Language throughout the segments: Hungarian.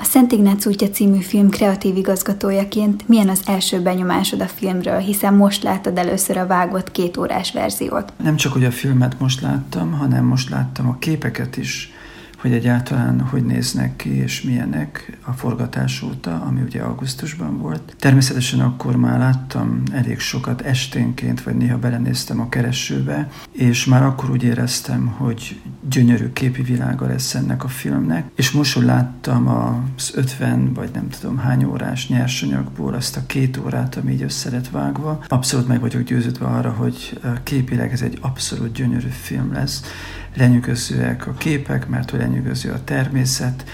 A Szent Ignác útja című film kreatív igazgatójaként milyen az első benyomásod a filmről, hiszen most láttad először a vágott 2 órás verziót? Nem csak, hogy a filmet most láttam, hanem most láttam a képeket is, hogy egyáltalán hogy néznek ki és milyenek a forgatás óta, ami ugye augusztusban volt. Természetesen akkor már láttam elég sokat esténként, vagy néha belenéztem a keresőbe, és már akkor úgy éreztem, hogy gyönyörű képi világa lesz ennek a filmnek, és most, hogy láttam az 50 vagy nem tudom hány órás nyersanyagból azt a 2 órát, ami így össze lett vágva, abszolút meg vagyok győződve arra, hogy képileg ez egy abszolút gyönyörű film lesz. Lenyűgözőek a képek, mert hogy lenyűgöző a természet,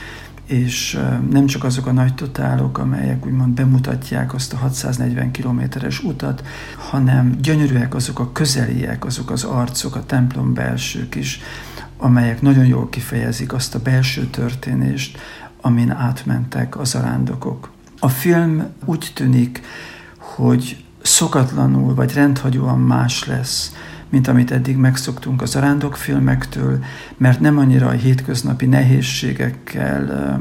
és nem csak azok a nagy totálok, amelyek úgymond bemutatják azt a 640 kilométeres utat, hanem gyönyörűek azok a közeliek, azok az arcok, a templom belsők is, amelyek nagyon jól kifejezik azt a belső történést, amin átmentek a zarándokok. A film úgy tűnik, hogy szokatlanul vagy rendhagyóan más lesz, mint amit eddig megszoktunk a zarándokfilmektől, mert nem annyira a hétköznapi nehézségekkel,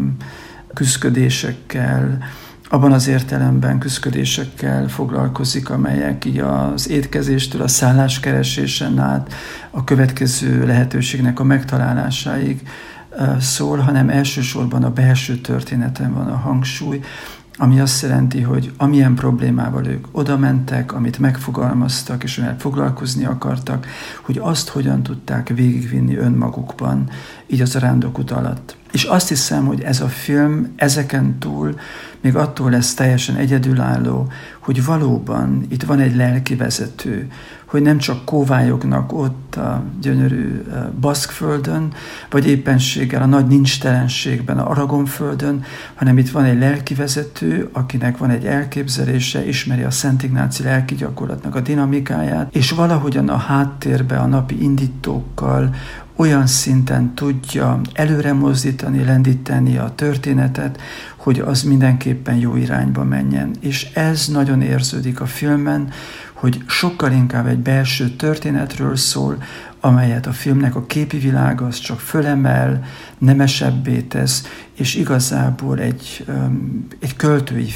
küszködésekkel, abban az értelemben küszködésekkel foglalkozik, amelyek így az étkezéstől a szálláskeresésen át a következő lehetőségnek a megtalálásáig szól, hanem elsősorban a belső történeten van a hangsúly, ami azt jelenti, hogy amilyen problémával ők oda mentek, amit megfogalmaztak, és amivel foglalkozni akartak, hogy azt hogyan tudták végigvinni önmagukban, így az zarándokút alatt. És azt hiszem, hogy ez a film ezeken túl még attól lesz teljesen egyedülálló, hogy valóban itt van egy lelkivezető, hogy nem csak kóvályognak ott a gyönyörű Baszkföldön, vagy éppenséggel a nagy nincstelenségben, a Aragonföldön, hanem itt van egy lelkivezető, akinek van egy elképzelése, ismeri a Szent Ignáci lelki gyakorlatnak a dinamikáját, és valahogyan a háttérbe a napi indítókkal olyan szinten tudja előre mozdítani, lendíteni a történetet, hogy az mindenképpen jó irányba menjen. És ez nagyon érződik a filmben, hogy sokkal inkább egy belső történetről szól, amelyet a filmnek a képi világa az csak fölemel, nemesebbé tesz, és igazából egy költői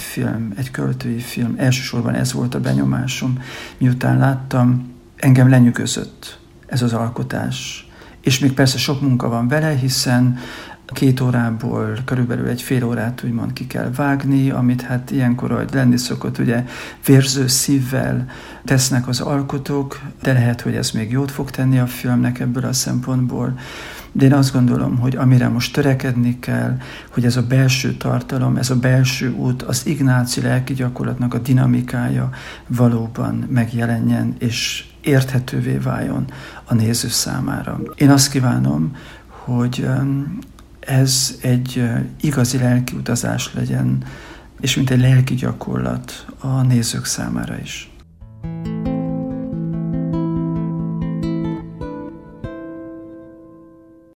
film. Elsősorban ez volt a benyomásom. Miután láttam, engem lenyűgözött ez az alkotás. És még persze sok munka van vele, hiszen 2 órából körülbelül egy fél órát úgymond ki kell vágni, amit hát ilyenkor, ahogy lenni szokott, ugye vérző szívvel tesznek az alkotók, de lehet, hogy ez még jót fog tenni a filmnek ebből a szempontból. De én azt gondolom, hogy amire most törekedni kell, hogy ez a belső tartalom, ez a belső út, az ignáci lelki gyakorlatnak a dinamikája valóban megjelenjen, és érthetővé váljon a néző számára. Én azt kívánom, hogy ez egy igazi lelki utazás legyen, és mint egy lelki gyakorlat a nézők számára is.